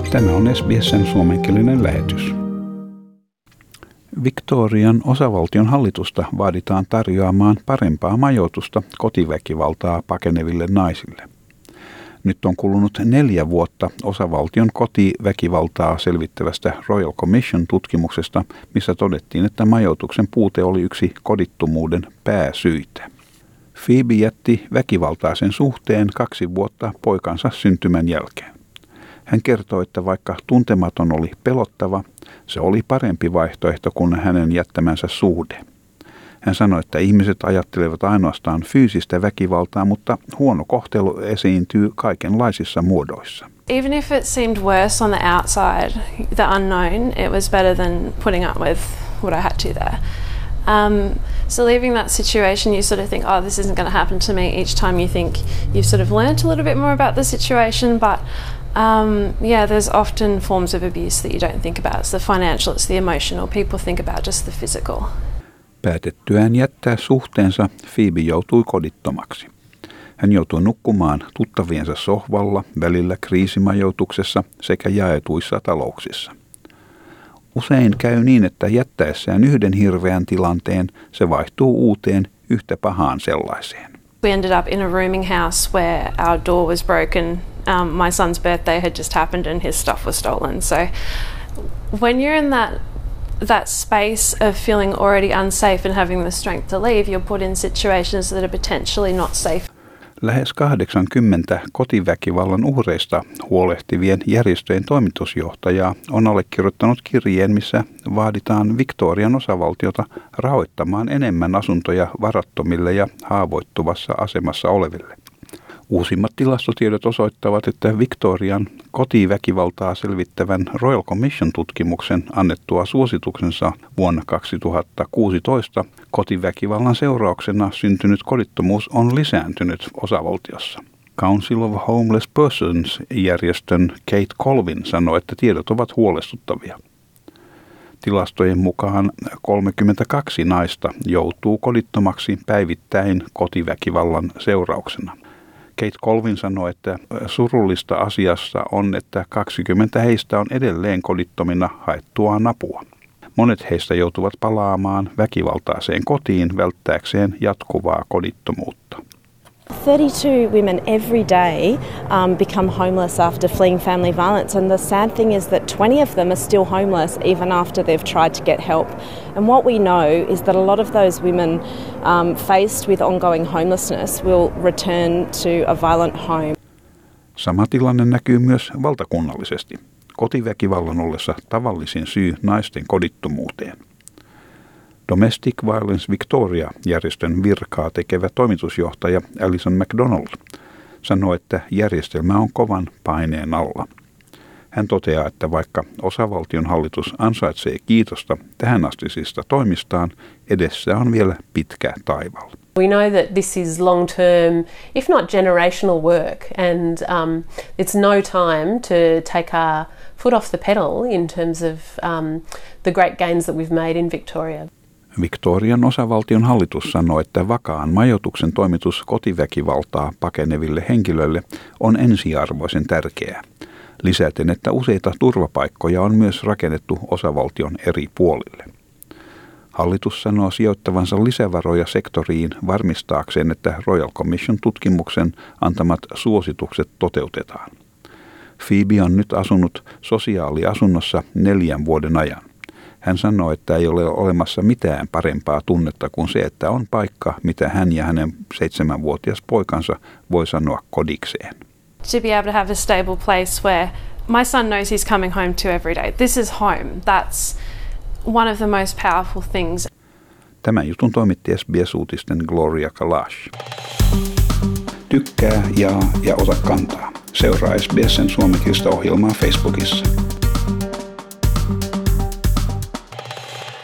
Tämä on SBS:n suomenkielinen lähetys. Victorian osavaltion hallitusta vaaditaan tarjoamaan parempaa majoitusta kotiväkivaltaa pakeneville naisille. Nyt on kulunut 4 vuotta osavaltion kotiväkivaltaa selvittävästä Royal Commission-tutkimuksesta, missä todettiin, että majoituksen puute oli yksi kodittomuuden pääsyitä. Phoebe jätti väkivaltaisen suhteen 2 vuotta poikansa syntymän jälkeen. Hän kertoi, että vaikka tuntematon oli pelottava, se oli parempi vaihtoehto kuin hänen jättämänsä suhde. Hän sanoi, että ihmiset ajattelevat ainoastaan fyysistä väkivaltaa, mutta huono kohtelu esiintyy kaikenlaisissa muodoissa. Even if it seemed worse on the outside, the unknown, it was better than putting up with what I had to there. So leaving that situation, you sort of think, oh, this isn't going to happen to me. Each time you think you've sort of learnt a little bit more about the situation, but there's often forms of abuse that you don't think about. It's the financial, it's the emotional. People think about just the physical. Päätettyään jättää suhteensa, Phoebe joutui kodittomaksi. Hän joutui nukkumaan tuttaviensa sohvalla, välillä kriisimajoituksessa sekä jaetuissa talouksissa. Usein käy niin, että jättäessään yhden hirveän tilanteen se vaihtuu uuteen yhtä pahaan sellaiseen. We ended up in a rooming house where our door was broken. My son's birthday had just happened and his stuff was stolen. So when you're in that space of feeling already unsafe and having the strength to leave, you're put in situations that are potentially not safe. Lähes 80 kotiväkivallan uhreista huolehtivien järjestöjen toimitusjohtajaa on allekirjoittanut kirjeen, missä vaaditaan Victorian osavaltiota rahoittamaan enemmän asuntoja varattomille ja haavoittuvassa asemassa oleville. Uusimmat tilastotiedot osoittavat, että Victorian kotiväkivaltaa selvittävän Royal Commission-tutkimuksen annettua suosituksensa vuonna 2016 kotiväkivallan seurauksena syntynyt kodittomuus on lisääntynyt osavaltiossa. Council of Homeless Persons-järjestön Kate Colvin sanoi, että tiedot ovat huolestuttavia. Tilastojen mukaan 32 naista joutuu kodittomaksi päivittäin kotiväkivallan seurauksena. Kate Colvin sanoi, että surullista asiassa on, että 20 heistä on edelleen kodittomina haettuaan apua. Monet heistä joutuvat palaamaan väkivaltaiseen kotiin välttääkseen jatkuvaa kodittomuutta. 32 women every day become homeless after fleeing family violence, and the sad thing is that 20 of them are still homeless even after they've tried to get help. And what we know is that a lot of those women faced with ongoing homelessness will return to a violent home. Sama tilanne näkyy myös valtakunnallisesti. Kotiväkivallan ollessa tavallisin syy naisten kodittomuuteen. Domestic Violence Victoria-järjestön virkaa tekevä toimitusjohtaja Alison McDonald sanoi, että järjestelmä on kovan paineen alla. Hän toteaa, että vaikka osavaltion hallitus ansaitsee kiitosta tähänastisista toimistaan, edessä on vielä pitkä taival. We know that this is long-term, if not generational work, and it's no time to take our foot off the pedal in terms of the great gains that we've made in Victoria. Victorian osavaltion hallitus sanoi, että vakaan majoituksen toimitus kotiväkivaltaa pakeneville henkilöille on ensiarvoisen tärkeää. Lisäten, että useita turvapaikkoja on myös rakennettu osavaltion eri puolille. Hallitus sanoo sijoittavansa lisävaroja sektoriin varmistaakseen, että Royal Commission tutkimuksen antamat suositukset toteutetaan. Phoebe on nyt asunut sosiaaliasunnossa 4 vuoden ajan. Hän sanoi, että ei ole olemassa mitään parempaa tunnetta kuin se, että on paikka, mitä hän ja hänen 7-vuotias poikansa voi sanoa kodikseen. To be able to have a stable place where my son knows he's coming home to every day. This is home. That's one of the most powerful things. Tämän jutun toimitti SBS-uutisten Gloria Kalash. Tykkää, jaa ja ota kantaa. Seuraa SBS:n suomenkielistä ohjelmaa Facebookissa.